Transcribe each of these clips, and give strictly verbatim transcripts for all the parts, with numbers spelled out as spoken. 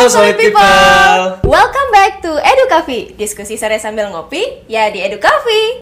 Halo Solid People. Welcome back to Edu Cafe. Diskusi sore sambil ngopi, ya di Edu Cafe.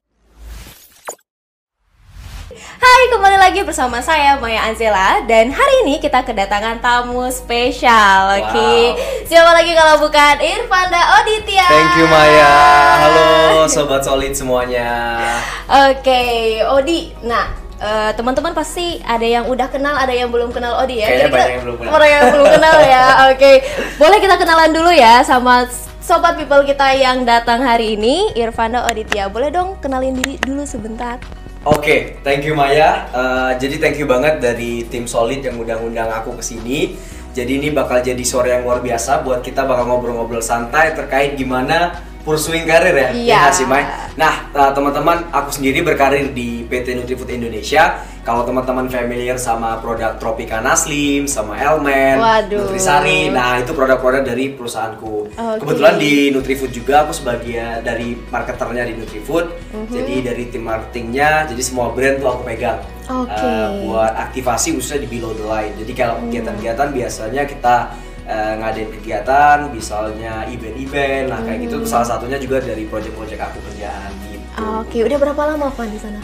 Hai, kembali lagi bersama saya Maya Anzela. Dan hari ini kita kedatangan tamu spesial. Oke, okay. Wow. Siapa lagi kalau bukan Irfanda Oditya. Thank you Maya. Halo Sobat Solid semuanya. Oke, okay, Odi. Nah, Uh, teman-teman pasti ada yang udah kenal, ada yang belum kenal Odi ya. Kayaknya banyak yang belum kenal. Orang yang belum kenal ya. Oke, okay. Boleh kita kenalan dulu ya sama Sobat People kita yang datang hari ini, Irfanda Oditya. Boleh dong kenalin diri dulu sebentar. Oke, okay, thank you Maya. Uh, jadi thank you banget dari tim Solid yang udah ngundang aku ke sini. Jadi ini bakal jadi sore yang luar biasa buat kita bakal ngobrol-ngobrol santai terkait gimana pursuing karir ya, iya. Ya sih Mai. Nah teman-teman, aku sendiri berkarir di P T Nutrifood Indonesia. Kalau teman-teman familiar sama produk Tropicana Slim, sama Elmen, Waduh. Nutrisari, nah itu produk-produk dari perusahaanku. Okay. Kebetulan di Nutrifood juga aku sebagai dari marketernya di Nutrifood. Mm-hmm. Jadi dari tim marketingnya, jadi semua brand tuh aku pegang. Okay. Uh, buat aktivasi khususnya di below the line. Jadi kalau kegiatan-kegiatan biasanya kita Uh, ngadain kegiatan, misalnya event-event, nah kayak gitu. Salah satunya juga dari project-project aku kerjaan gitu. Oke, okay. Udah berapa lama Van di sana?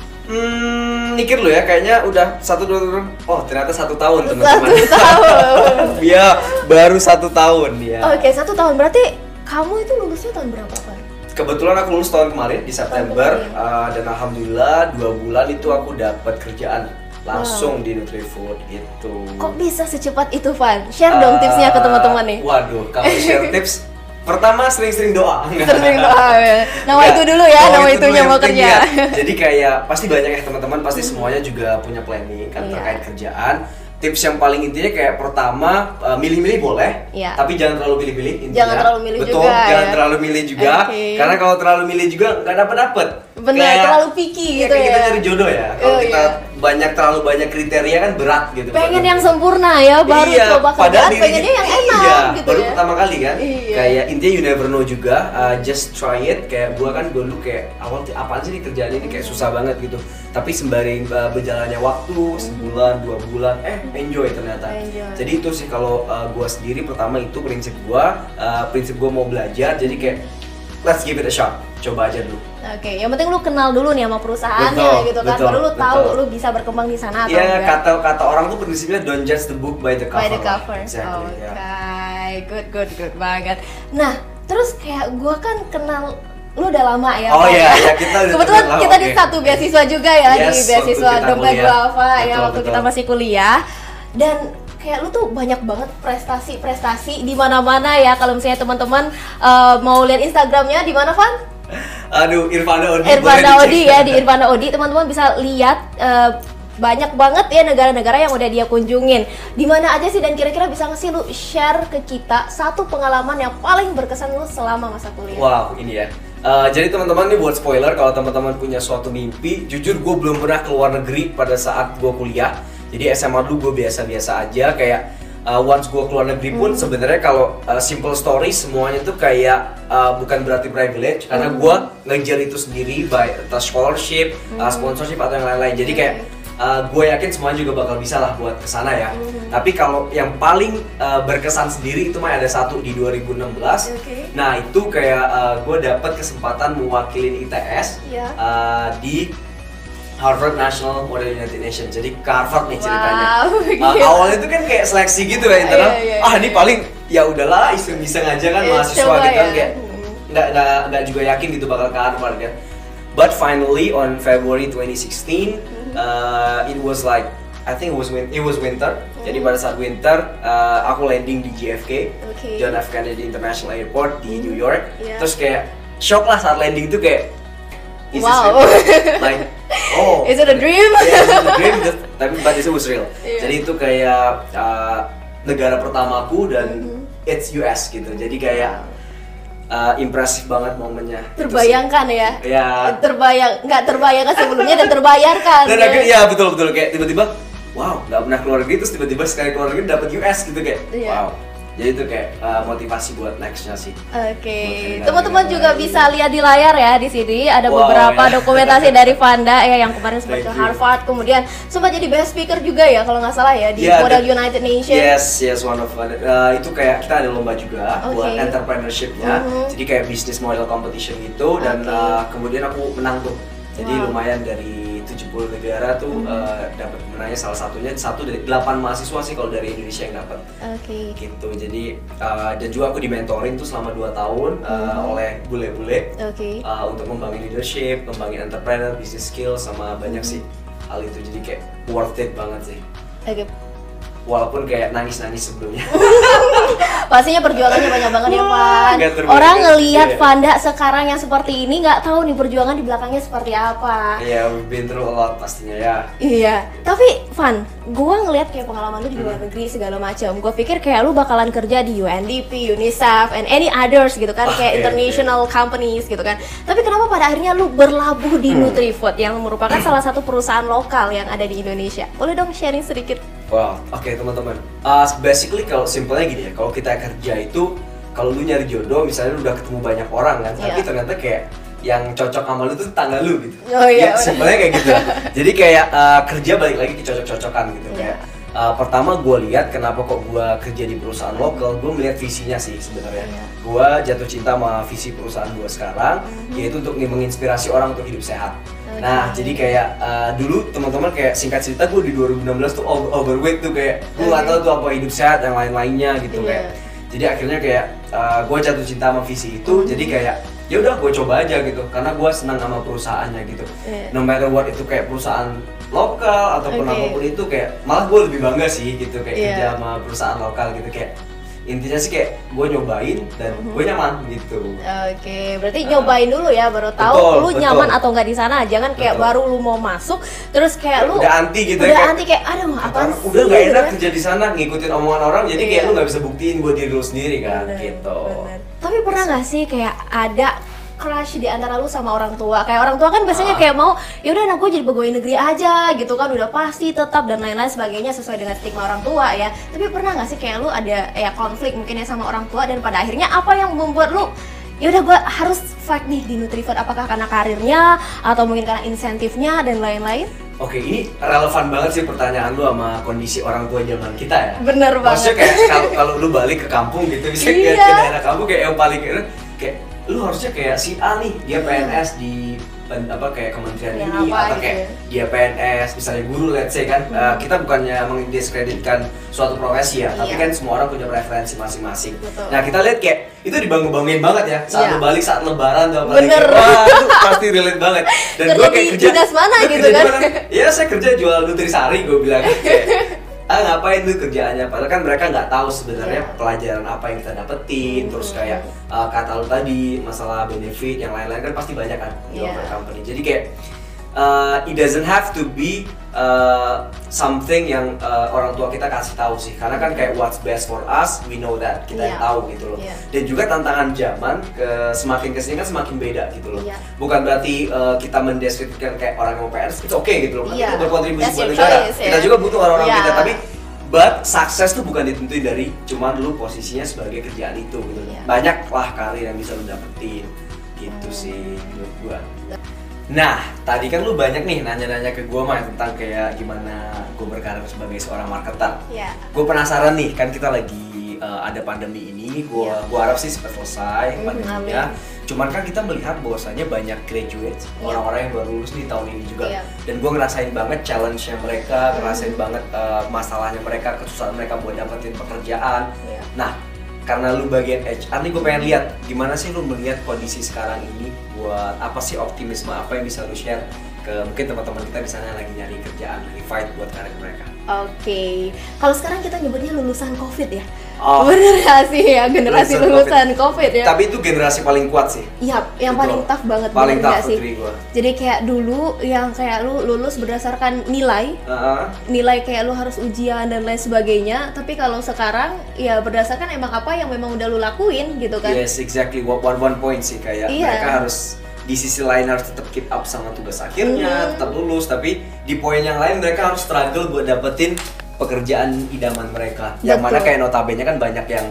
Hmm, mikir lu ya, kayaknya udah satu dua tahun. Oh, ternyata satu tahun teman-teman. Satu tahun. Iya, baru satu tahun ya. Oke, okay, satu tahun berarti kamu itu lulusnya tahun berapa Van? Kebetulan aku lulus tahun kemarin di September, uh, dan alhamdulillah dua bulan itu aku dapat kerjaan langsung wow. di Nutrifood gitu. Kok bisa secepat itu Van? Share dong uh, tipsnya ke teman-teman nih. Waduh, kalau share tips pertama sering-sering doa. Sering doa ya. Nama ya, itu dulu ya, nama itu itunya mau kerja. Ya. Jadi kayak pasti banyak ya teman-teman, pasti semuanya juga punya planning kan yeah. terkait kerjaan. Tips yang paling intinya kayak pertama uh, milih-milih boleh, yeah. tapi jangan terlalu pilih-pilih intinya. Jangan terlalu milih Betul, juga. jangan ya? terlalu milih juga. Okay. Karena kalau terlalu milih juga nggak dapet-dapet. Bener, kayak, terlalu picky gitu ya. Kita nyari jodoh ya. Kalau oh, kita iya. banyak terlalu banyak kriteria kan berat gitu. Pengen yang sempurna ya, baru iya, coba kerjaan pengennya yang enak iya, gitu baru ya. pertama kali kan. Iya. Kayak intinya you never know juga, uh, just try it. Kayak gua kan dulu kayak awal apaan sih nih kerjaan ini kayak susah banget gitu. Tapi sembari uh, berjalannya waktu sebulan dua bulan, eh enjoy ternyata. Enjoy. Jadi itu sih kalau uh, gua sendiri pertama itu prinsip gua, uh, prinsip gua mau belajar. Jadi kayak let's give it a shot, coba aja dulu. Oke, okay, yang penting lu kenal dulu nih sama perusahaannya betul, gitu kan, betul, baru lu tahu betul. lu bisa berkembang di sana atau yeah, enggak. Iya, kata kata orang tuh prinsipnya don't judge the book by the cover. By the cover. Exactly, Oke, okay. yeah. good, good, good banget. Nah, terus kayak gua kan kenal lu udah lama ya. Oh iya, ya kita udah kebetulan lama, kita okay. di satu beasiswa juga ya, yes, di beasiswa Dompet Duafa ya waktu betul. kita masih kuliah. Dan kayak lu tuh banyak banget prestasi-prestasi di mana-mana ya. Kalau misalnya teman-teman uh, mau lihat Instagramnya di mana, Van? Aduh, Irfanda Odi. Irfanda Odi ya, di Irfanda Odi teman-teman bisa lihat uh, banyak banget ya negara-negara yang udah dia kunjungin. Di mana aja sih, dan kira-kira bisa ngasih lu share ke kita satu pengalaman yang paling berkesan lu selama masa kuliah? Wow, ini ya. Uh, jadi teman-teman nih buat spoiler, kalau teman-teman punya suatu mimpi, jujur gue belum pernah keluar negeri pada saat gue kuliah. Jadi S M A dulu gue biasa-biasa aja, kayak uh, once gue keluar negeri pun hmm. sebenarnya kalau uh, simple story semuanya tuh kayak uh, bukan berarti privilege, karena hmm. gue ngejar itu sendiri by atas scholarship, hmm. uh, sponsorship atau yang lain-lain. Jadi kayak uh, gue yakin semuanya juga bakal bisa lah buat kesana ya. Hmm. Tapi kalau yang paling uh, berkesan sendiri itu mah ada satu di dua ribu enam belas. Okay. Nah itu kayak uh, gue dapet kesempatan mewakilin I T S yeah. uh, di Harvard National Model United Nations. Jadi ke Harvard nih ceritanya. Wow, uh, awalnya itu kan kayak seleksi gitu ya internal. Yeah, yeah, yeah. Ah ini paling ya udahlah iseng-iseng aja kan yeah, mahasiswa gitu kan ya. Kayak nggak nggak nggak juga yakin gitu bakal ke Harvard kan. But finally on February twenty sixteen, uh, it was like I think it was win it was winter. Mm-hmm. Jadi pada saat winter, uh, aku landing di J F K, okay. John F Kennedy International Airport di New York. Yeah. Terus kayak shock lah saat landing itu kayak is wow. This like oh, is it a dream? Yeah, it's a dream, tapi but it was real. Yeah. Jadi itu kayak uh, negara pertamaku dan mm-hmm. it's U S gitu. Jadi kayak uh, impresif banget momennya. Terbayangkan ya? Ya. Terbayang, nggak terbayangkan sebelumnya dan terbayarkan. Dan ya? akhirnya ya betul betul kayak tiba-tiba, wow, nggak pernah keluar negeri terus tiba-tiba sekali keluar negeri dapat U S gitu kayak, yeah. wow. Jadi itu kayak uh, motivasi buat nextnya sih. Oke, okay. Teman-teman juga bisa lihat di layar ya di sini ada wow, beberapa ya. dokumentasi dari Vanda ya yang kemarin sempat ke Harvard, kemudian sempat jadi guest speaker juga ya kalau nggak salah ya di yeah, Model the, United Nations. Yes, yes, one of uh, itu kayak kita ada lomba juga okay. buat entrepreneurship-nya. Mm-hmm. Jadi kayak business model competition gitu dan okay. uh, kemudian aku menang tuh. Jadi wow. lumayan dari tujuh puluh negara tuh mm-hmm. uh, dapat menangnya salah satunya satu dari delapan mahasiswa sih kalau dari Indonesia yang dapat. Oke. Okay. Gitu. Jadi uh, dan juga aku dimentorin tuh selama dua tahun uh, mm-hmm. oleh bule-bule. Oke. Okay. Uh, untuk membangun leadership, membangun entrepreneur, business skills sama banyak mm-hmm. sih hal itu. Jadi kayak worth it banget sih. Oke. Okay. Walaupun kayak nangis-nangis sebelumnya. Pastinya perjuangannya banyak banget ya, Van. Orang ngelihat yeah. Vanda sekarang yang seperti ini nggak tahu nih perjuangan di belakangnya seperti apa. Iya, yeah, we've been through a lot pastinya ya. Iya, tapi Van, gua ngelihat kayak pengalaman lu di luar hmm. negeri segala macam. Gua pikir kayak lu bakalan kerja di U N D P, UNICEF, and any others gitu kan, oh, kayak okay, international okay. companies gitu kan. Tapi kenapa pada akhirnya lu berlabuh di hmm. Nutrifood yang merupakan salah satu perusahaan lokal yang ada di Indonesia? Boleh dong sharing sedikit? Wow, oke okay, teman-teman. Uh, basically kalau simpelnya gini ya, kalau kita kerja itu, kalau lu nyari jodoh, misalnya lu udah ketemu banyak orang kan, yeah. tapi ternyata kayak yang cocok sama lu tuh tetangga lu gitu. Oh iya. Ya, simpelnya kayak gitu. Jadi kayak uh, kerja balik lagi ke cocok-cocokan gitu. Yeah. Kayak uh, pertama gue lihat kenapa kok gue kerja di perusahaan lokal, gue melihat visinya sih sebenarnya. Yeah. Gue jatuh cinta sama visi perusahaan gue sekarang, mm-hmm. yaitu untuk menginspirasi orang untuk hidup sehat. Nah, jadi kayak uh, dulu teman-teman kayak singkat cerita gue di dua ribu enam belas tuh over overweight tuh kayak gue nggak tahu tuh apa hidup sehat yang lain-lainnya gitu yeah. kayak. Jadi akhirnya kayak uh, gue jatuh cinta sama visi itu, mm-hmm. jadi kayak ya udah gue coba aja gitu karena gue senang sama perusahaannya gitu. Yeah. No matter what itu kayak perusahaan lokal ataupun okay. apapun itu kayak malah gue lebih bangga sih gitu kayak yeah. kerja sama perusahaan lokal gitu kayak. Intinya sih kayak gue nyobain dan mm-hmm. gue nyaman gitu. Oke, okay, berarti uh, nyobain dulu ya baru tahu betul, lu betul. nyaman atau enggak di sana. Jangan kayak betul. baru lu mau masuk terus kayak lu udah anti gitu udah ya. Udah anti kayak aduh apaan sih. Udah enggak enak kerja di sana ngikutin omongan orang jadi yeah. kayak lu enggak bisa buktiin buat diri lu sendiri kan bener, gitu. Bener. Tapi pernah enggak sih kayak ada crush di antara lu sama orang tua? Kayak orang tua kan biasanya ah. kayak mau ya udah anak gue jadi pegawai negeri aja gitu kan udah pasti tetap dan lain-lain sebagainya sesuai dengan stigma orang tua ya. Tapi pernah nggak sih kayak lu ada ya konflik mungkin ya sama orang tua dan pada akhirnya apa yang membuat lu ya udah gue harus fight nih di Nutrifood? Apakah karena karirnya atau mungkin karena insentifnya dan lain-lain? Oke, ini relevan banget sih pertanyaan lu sama kondisi orang tua zaman kita ya. Bener banget. Maksudnya kayak kalau kalau lu balik ke kampung gitu bisa kayak ke daerah kampung kayak yang paling kayak, kayak lu harusnya kayak si A nih, dia P N S di apa kayak kementerian ya, ini atau kayak ya? Dia P N S misalnya guru let's say kan. Hmm. Uh, kita bukannya mendiskreditkan suatu profesi ya, iya. tapi kan semua orang punya preferensi masing-masing. Betul. Nah, kita lihat kayak itu dibangun-bangunin banget ya saat iya. lu balik saat lebaran tuh apalagi kayak, wah itu pasti relate banget. Dan gue kayak kerja dinas mana gitu kan. Iya, saya kerja jual nutrisari gue bilang kayak ah ngapain tuh kerjaannya, padahal kan mereka nggak tahu sebenarnya yeah. pelajaran apa yang kita dapetin, hmm. terus kayak uh, kata lu tadi masalah benefit yang lain-lain kan pasti banyak kan di yeah. company. Jadi kayak uh, it doesn't have to be uh, something yang uh, orang tua kita kasih tahu sih, karena kan kayak what's best for us we know that kita yeah. yang tahu gitu loh. Yeah. Dan juga tantangan zaman ke semakin kesini kan semakin beda gitu loh. Yeah. Bukan berarti uh, kita mendeskripsikan kayak orang yang P N S itu oke okay gitu loh. Yeah. Kita berkontribusi buat negara. Choice, kita yeah. juga butuh orang-orang yeah. kita, tapi but sukses tuh bukan ditentuin dari cuman lu posisinya sebagai kerjaan itu gitu. Yeah. Banyak lah karir yang bisa lu dapetin gitu hmm. sih menurut gua. Nah, tadi kan lu banyak nih nanya-nanya ke gue mah tentang kayak gimana gue berkarir sebagai seorang marketer. Yeah. Gue penasaran nih, kan kita lagi uh, ada pandemi ini, gue yeah. gue harap sih cepat selesai mm, pandeminya. Amin. Cuman kan kita melihat bahwasanya banyak graduate, yeah. orang-orang yang baru lulus di tahun ini juga. Yeah. Dan gue ngerasain banget challenge-nya mereka, mm. ngerasain banget uh, masalahnya mereka, kesusahan mereka buat dapetin pekerjaan. Yeah. Nah, karena lu bagian H R nih, gue pengen lihat gimana sih lu melihat kondisi sekarang ini, buat apa sih optimisme apa yang bisa lu share ke mungkin teman-teman kita di sana lagi nyari kerjaan, lagi fight buat karir mereka. Oke, okay. Kalau sekarang kita nyebutnya lulusan COVID ya. Oh. Bener gak sih ya, generasi lulusan, lulusan COVID. COVID ya. Tapi itu generasi paling kuat sih. Iya, yang Betul. paling tough banget. Paling tough sih. Gua. Jadi kayak dulu yang kayak lu lulus berdasarkan nilai, uh-huh. nilai kayak lu harus ujian dan lain sebagainya. Tapi kalau sekarang ya berdasarkan emang apa yang memang udah lu lakuin gitu kan. Yes, exactly. One one point sih kayak iya. mereka harus di sisi lain harus tetap keep up sama tugas akhirnya, mm. tetap lulus, tapi di poin yang lain mereka harus struggle buat dapetin pekerjaan idaman mereka. Betul. Yang mana kayak notabene kan banyak yang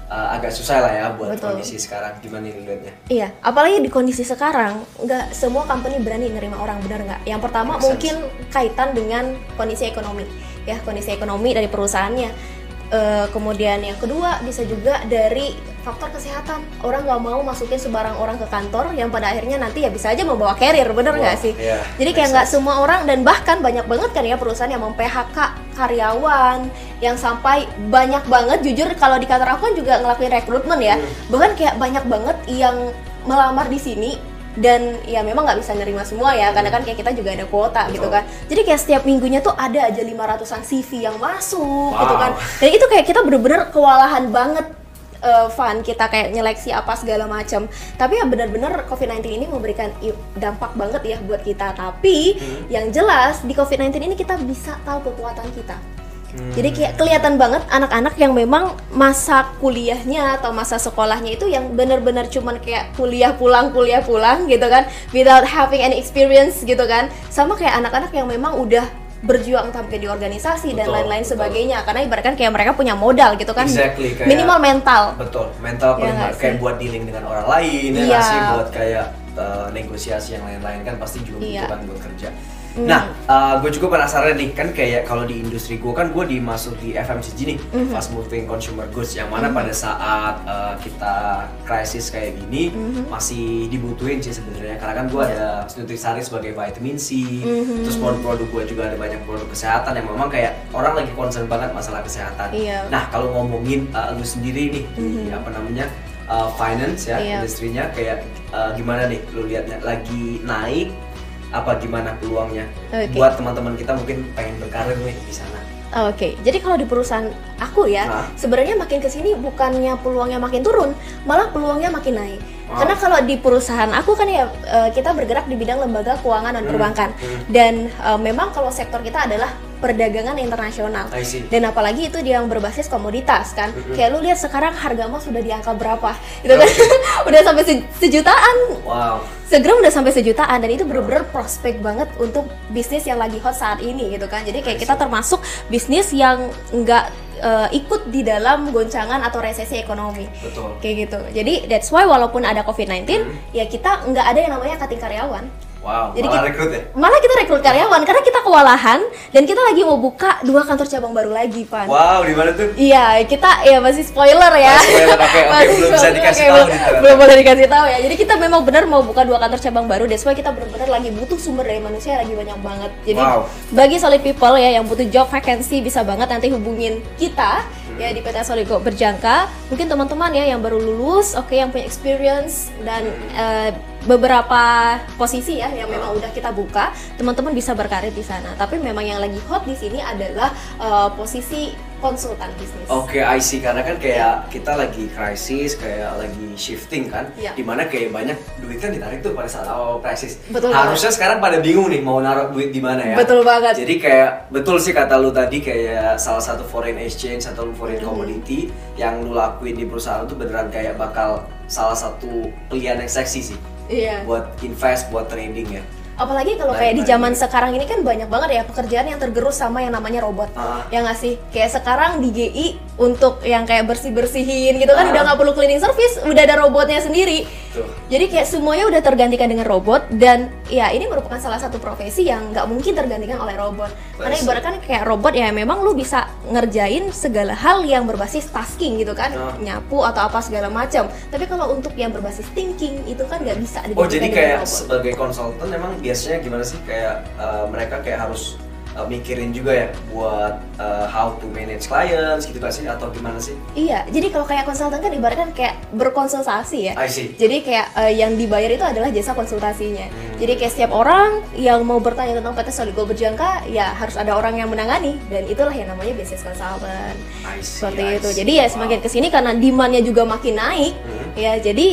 uh, agak susah lah ya buat Betul. Kondisi sekarang. Gimana nih lihatnya? Iya, apalagi di kondisi sekarang nggak semua company berani nerima orang, benar nggak? Yang pertama Makes mungkin sense. Kaitan dengan kondisi ekonomi, ya kondisi ekonomi dari perusahaannya. Uh, kemudian yang kedua bisa juga dari faktor kesehatan. Orang nggak mau masukin sembarang orang ke kantor yang pada akhirnya nanti ya bisa aja membawa carrier, bener nggak wow, sih? Yeah, Jadi kayak nggak semua orang, dan bahkan banyak banget kan ya perusahaan yang mem-P H K karyawan yang sampai banyak banget. Jujur kalau di kantor aku kan juga ngelakuin rekrutmen ya, hmm. bahkan kayak banyak banget yang melamar di sini. Dan ya memang nggak bisa nerima semua ya, karena kan kayak kita juga ada kuota gitu kan. Jadi kayak setiap minggunya tuh ada aja lima ratusan C V yang masuk wow. gitu kan. Dan itu kayak kita bener-bener kewalahan banget, uh, Van, kita kayak nyeleksi apa segala macam. Tapi ya benar-benar covid sembilan belas ini memberikan dampak banget ya buat kita. Tapi hmm. yang jelas di covid sembilan belas ini kita bisa tahu kekuatan kita. Hmm. Jadi kayak kelihatan banget anak-anak yang memang masa kuliahnya atau masa sekolahnya itu yang benar-benar cuman kayak kuliah pulang kuliah pulang gitu kan, without having any experience gitu kan. Sama kayak anak-anak yang memang udah berjuang sampai di organisasi betul, dan lain-lain betul. sebagainya, karena ibaratkan kayak mereka punya modal gitu kan, exactly, kayak, minimal mental. Betul, mental paling ya, kayak buat dealing dengan orang lain, ya, ya. sih buat kayak uh, negosiasi yang lain-lain kan pasti juga butuhkan ya. buat kerja. Mm. Nah, uh, gue juga penasaran nih, kan kayak kalau di industri gue kan gue dimasuk di F M C G nih, mm-hmm. fast moving consumer goods, yang mana mm-hmm. pada saat uh, kita krisis kayak gini mm-hmm. masih dibutuhin sih sebenarnya, karena kan gue yeah. ada nutrisari sebagai vitamin C, mm-hmm. terus produk-produk gue juga ada banyak produk kesehatan yang memang kayak orang lagi concern banget masalah kesehatan. Yeah. Nah, kalau ngomongin uh, lu sendiri nih, mm-hmm. apa namanya uh, finance ya, yeah. industrinya kayak uh, gimana nih, lu lihatnya lagi naik? Apa gimana peluangnya okay. buat teman-teman kita mungkin pengen berkarir nih di sana? Oke, okay. Jadi kalau di perusahaan aku ya, nah. sebenarnya makin kesini bukannya peluangnya makin turun, malah peluangnya makin naik. Wow. Karena kalau di perusahaan aku kan ya kita bergerak di bidang lembaga keuangan dan hmm. perbankan, hmm. dan uh, memang kalau sektor kita adalah perdagangan internasional. Dan apalagi itu dia yang berbasis komoditas kan. Mm-hmm. Kayak lu lihat sekarang harga emas sudah di angka berapa? Gitu kan. Udah sampai se- sejutaan. Wow. Segram udah sampai sejutaan, dan itu bener-bener prospek banget untuk bisnis yang lagi hot saat ini gitu kan. Jadi kayak kita termasuk bisnis yang enggak uh, ikut di dalam goncangan atau resesi ekonomi. Betul. Kayak gitu. Jadi that's why walaupun ada covid sembilan belas, mm-hmm. ya kita enggak ada yang namanya cutting karyawan. Wow, jadi malah kita, rekrut ya? Malah kita rekrut karyawan karena kita kewalahan, dan kita lagi mau buka dua kantor cabang baru lagi, Pan. Wow, di mana tuh? Iya, kita ya masih spoiler ya. Oh, spoiler, oke, okay, okay, belum bisa dikasih okay, tahu belum, gitu. Belum boleh dikasih tahu ya. Jadi kita memang benar mau buka dua kantor cabang baru, that's why kita benar-benar lagi butuh sumber daya manusia lagi banyak banget. Jadi wow. bagi solid people ya yang butuh job vacancy bisa banget nanti hubungin kita. Ya di P T Soligo Berjangka, mungkin teman-teman ya yang baru lulus, oke okay, yang punya experience dan uh, beberapa posisi ya yang memang udah kita buka, teman-teman bisa berkarir di sana. Tapi memang yang lagi hot di sini adalah uh, posisi konsultan bisnis. Oke, okay, I see, karena kan kayak kita lagi krisis, kayak lagi shifting kan, yeah. dimana kayak banyak duit kan ditarik tuh pada saat awal krisis. Betul Harusnya banget. Sekarang pada bingung nih mau naruh duit di mana ya. Betul banget. Jadi kayak betul sih kata lu tadi, kayak salah satu foreign exchange atau foreign hmm. commodity yang lu lakuin di perusahaan tuh beneran kayak bakal salah satu pilihan yang seksi sih. Iya. Buat invest, buat trading ya. Apalagi kalau kayak di zaman sekarang ini kan banyak banget ya pekerjaan yang tergerus sama yang namanya robot. Uh. Ya nggak sih? Kayak sekarang di G I untuk yang kayak bersih-bersihin gitu kan uh. udah nggak perlu cleaning service, udah ada robotnya sendiri. Tuh. Jadi kayak semuanya udah tergantikan dengan robot, dan ya ini merupakan salah satu profesi yang nggak mungkin tergantikan oleh robot. Nice. Karena ibaratkan kayak robot ya memang lu bisa ngerjain segala hal yang berbasis tasking gitu kan, uh. nyapu atau apa segala macam. Tapi kalau untuk yang berbasis thinking itu kan nggak bisa. Oh jadi kayak robot. Sebagai konsultan memang biasanya gimana sih kayak uh, mereka kayak harus uh, mikirin juga ya buat uh, how to manage clients gitu kan sih, atau gimana sih? Iya, jadi kalau kayak konsultan kan ibaratkan kayak berkonsultasi ya. I see. Jadi kayak uh, yang dibayar itu adalah jasa konsultasinya. Hmm. Jadi kayak setiap orang yang mau bertanya tentang P T Soligo Berjangka ya harus ada orang yang menangani, dan itulah yang namanya business consultant. I see, Seperti I itu. see. Jadi ya semakin kesini karena demand-nya juga makin naik, hmm. ya jadi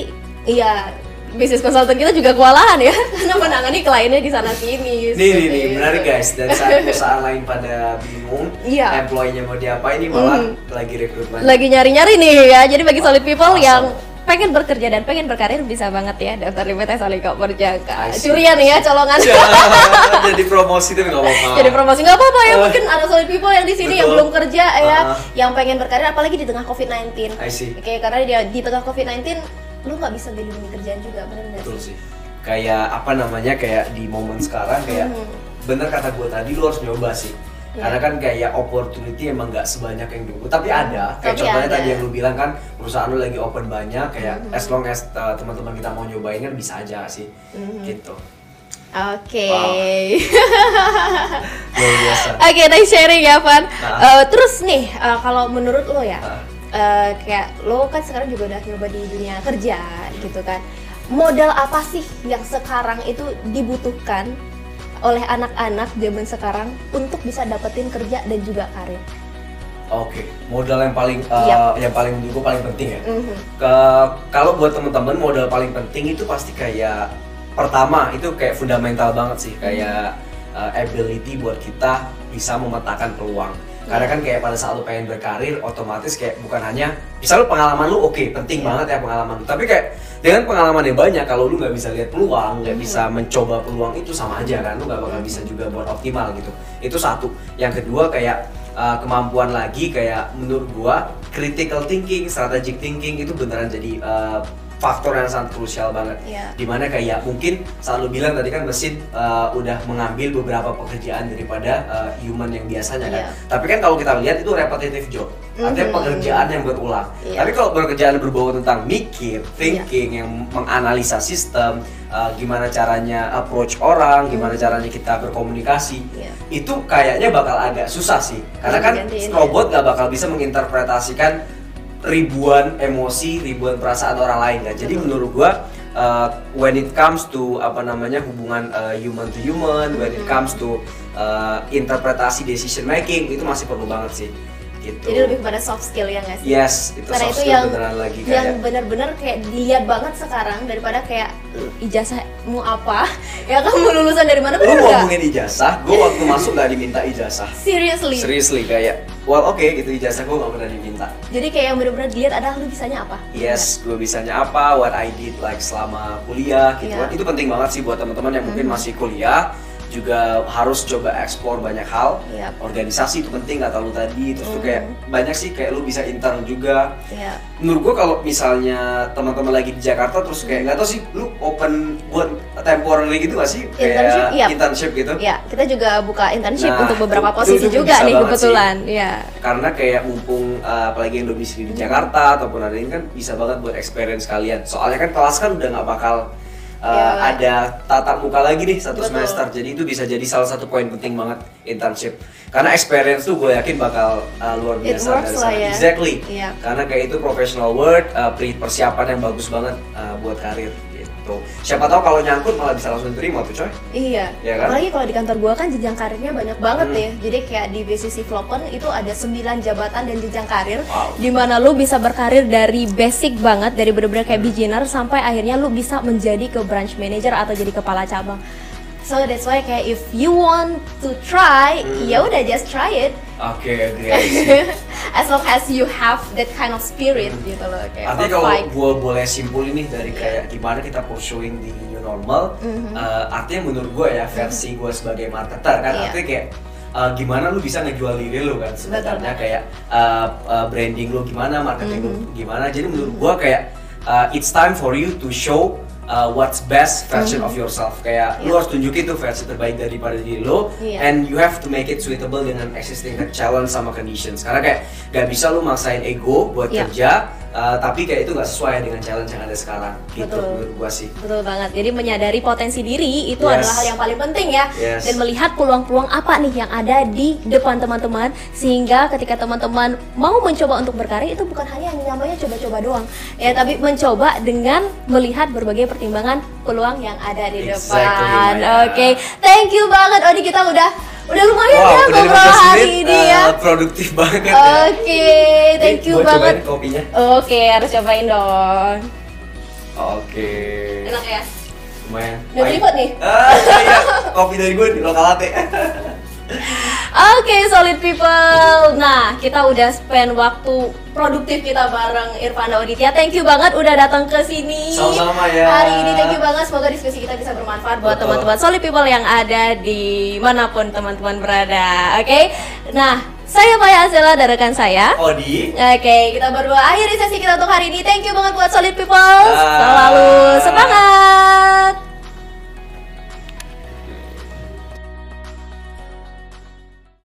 ya bisnis konsultan kita juga kewalahan ya karena menangani kliennya di sana sini. Nih nih nih menarik guys, dan saat perusahaan lain pada bingung, iya. employee-nya mau diapain, ini malah mm. lagi rekrutmen. Lagi nyari-nyari nih ya. Jadi bagi solid people awesome. yang pengen bekerja dan pengen berkarir bisa banget ya daftar di P T Salika Perjaka. Curian ya colongan. Jadi promosi tapi nggak apa-apa. Jadi promosi nggak apa-apa ya, mungkin ada solid people yang di sini yang belum kerja ya, uh-huh. yang pengen berkarir apalagi di tengah covid sembilan belas. I see. Oke, karena di, di tengah covid sembilan belas lu nggak bisa beli demi kerjaan juga, benar nggak sih? Betul sih. Kayak apa namanya, kayak di momen sekarang kayak hmm. bener kata gue tadi, lu harus nyoba sih. Yeah. Karena kan kayak opportunity emang nggak sebanyak yang dulu, tapi ada. Kayak tapi contohnya ada. Tadi yang lu bilang kan perusahaan lu lagi open banyak, kayak mm-hmm. as long as uh, teman-teman kita mau nyobain kan bisa aja sih, mm-hmm. gitu. Oke. Okay. Wow. Luar biasa. Oke, okay, nice sharing ya, Van. Nah. Uh, terus nih, uh, kalau menurut lo ya, nah. uh, kayak lo kan sekarang juga udah nyoba di dunia kerja, gitu kan. Modal apa sih yang sekarang itu dibutuhkan oleh anak-anak zaman sekarang untuk bisa dapetin kerja dan juga karir? Oke, okay. modal yang paling uh, yep. yang paling menurut gue paling penting ya. Mm-hmm. Ke kalau buat teman-teman modal paling penting itu pasti kayak pertama itu kayak fundamental banget sih, kayak uh, ability buat kita bisa memetakan peluang. Karena kan kayak pada saat lu pengen berkarir, otomatis kayak bukan hanya bisa lu pengalaman lu oke okay, penting yeah. banget ya pengalaman lu, tapi kayak dengan pengalaman yang banyak kalau lu nggak bisa lihat peluang, nggak bisa mencoba peluang itu sama aja kan, lu nggak bakal bisa juga buat optimal gitu. Itu satu. Yang kedua kayak uh, kemampuan lagi kayak menurut gua critical thinking, strategic thinking itu beneran jadi uh, faktor yang sangat krusial banget. Yeah. Dimana kayak mungkin saat lu bilang tadi kan mesin uh, udah mengambil beberapa pekerjaan daripada uh, human yang biasanya kan. Yeah. Tapi kan kalau kita lihat itu repetitive job, mm-hmm. artinya pekerjaan yang berulang. Yeah. Tapi kalau pekerjaan berbau tentang mikir, thinking, yeah. yang menganalisa sistem, uh, gimana caranya approach orang, gimana mm-hmm. caranya kita berkomunikasi, yeah. itu kayaknya bakal agak susah sih. Karena kan yeah, robot gak bakal bisa menginterpretasikan ribuan emosi, ribuan perasaan orang lain kan. Jadi mm-hmm. menurut gua uh, when it comes to apa namanya hubungan uh, human to human, when it comes to uh, interpretasi decision making itu masih perlu banget sih. Gitu. Jadi lebih kepada soft skill ya nggak sih? Yes, itu karena soft itu skill yang, beneran lagi yang kayak benar-benar kayak dilihat banget sekarang daripada kayak ijazahmu apa, ya kamu lulusan dari mana? Lu ngomongin ijazah, gue waktu masuk nggak diminta ijazah. Seriously? Seriously kayak, well oke okay, gitu ijazah gue nggak pernah diminta. Jadi kayak yang benar-benar dilihat adalah lu bisanya apa? Yes, gue bisanya apa, what I did like selama kuliah gitu yeah. kan. Itu penting banget sih buat teman-teman yang mungkin mm-hmm. masih kuliah. Juga harus coba explore banyak hal, yep. organisasi itu penting kata lu tadi, terus mm. tuh kayak banyak sih kayak lu bisa intern juga. Yep. Menurut gua kalau misalnya teman-teman lagi di Jakarta terus kayak nggak tau sih, lu open buat temporary gitu nggak sih? Internship, kayak yep. internship gitu? Ya, kita juga buka internship nah, untuk beberapa itu, posisi itu, itu juga nih kebetulan. Ya. Karena kayak mumpung uh, apalagi yang domisili di Jakarta ataupun ada ini kan bisa banget buat experience kalian. Soalnya kan kelas kan udah nggak bakal Uh, ya. Ada tatap muka lagi nih satu Betul. semester, jadi itu bisa jadi salah satu poin penting banget internship. Karena experience tuh gue yakin bakal uh, luar biasa dari sana. Ya. Exactly. Ya. Karena kayak itu professional work, uh, persiapan yang bagus banget uh, buat karir. Gitu. Siapa tahu kalau nyangkut malah bisa langsung terima tuh coy. Iya. Ya kan? Apalagi kalau di kantor gua kan jenjang karirnya banyak banget hmm. ya. Jadi kayak di B C C Flopen itu ada sembilan jabatan dan jenjang karir, wow. di mana lu bisa berkarir dari basic banget, dari bener-bener kayak beginner sampai akhirnya lu bisa menjadi ke branch manager atau jadi kepala cabang. So that's why kayak if you want to try, hmm. ya udah just try it. Oke, okay, okay. As long as you have that kind of spirit hmm. gitu loh kayak. Artinya kalau gue boleh simpulin nih dari kayak gimana kita pursuing the new normal, mm-hmm. uh, artinya menurut gue ya versi mm-hmm. gue sebagai marketer kan, yeah. artinya kayak uh, gimana lu bisa ngejual diri lu kan sebenarnya kayak uh, uh, branding lu gimana, marketing mm-hmm. lu gimana. Jadi menurut gue kayak uh, it's time for you to show Uh, what's best version mm-hmm. of yourself. Kayak yeah. lu harus tunjukin tuh versi terbaik daripada diri lo, yeah. and you have to make it suitable dengan existing challenge sama conditions. Karena kayak gak bisa lu maksain ego buat yeah. kerja, uh, tapi kayak itu gak sesuai dengan challenge yang ada sekarang. Gitu Betul. menurut gua sih. Betul banget. Jadi menyadari potensi diri itu yes. adalah hal yang paling penting ya. Yes. Dan melihat peluang-peluang apa nih yang ada di depan teman-teman, sehingga ketika teman-teman mau mencoba untuk berkarir itu bukan hanya yang namanya coba-coba doang, ya, tapi mencoba dengan melihat berbagai pertimbangan peluang yang ada di exactly, depan. Oke, okay. Thank you banget Odi, kita udah udah lumayan wow, ya ngobrol hari ini uh, ya. Produktif banget. Oke, okay, thank you Buat banget. Cobain kopinya. Oke, okay, harus cobain dong. Oke. Okay. Enak ya? Lumayan. Udah ribet nih. Ah, iya. Kopi dari gue di lokal latte. Oke, okay, solid people. Nah, kita udah spend waktu produktif kita bareng Irfanda Oditya. Thank you banget udah datang ke sini. Sama-sama ya. Hari ini thank you banget. Semoga diskusi kita bisa bermanfaat buat teman-teman solid people yang ada di manapun teman-teman berada. Oke. Okay? Nah, saya Maya Azela dan rekan saya Odi. Oke, okay, kita berdua akhiri sesi kita untuk hari ini. Thank you banget buat solid people. Selalu semangat.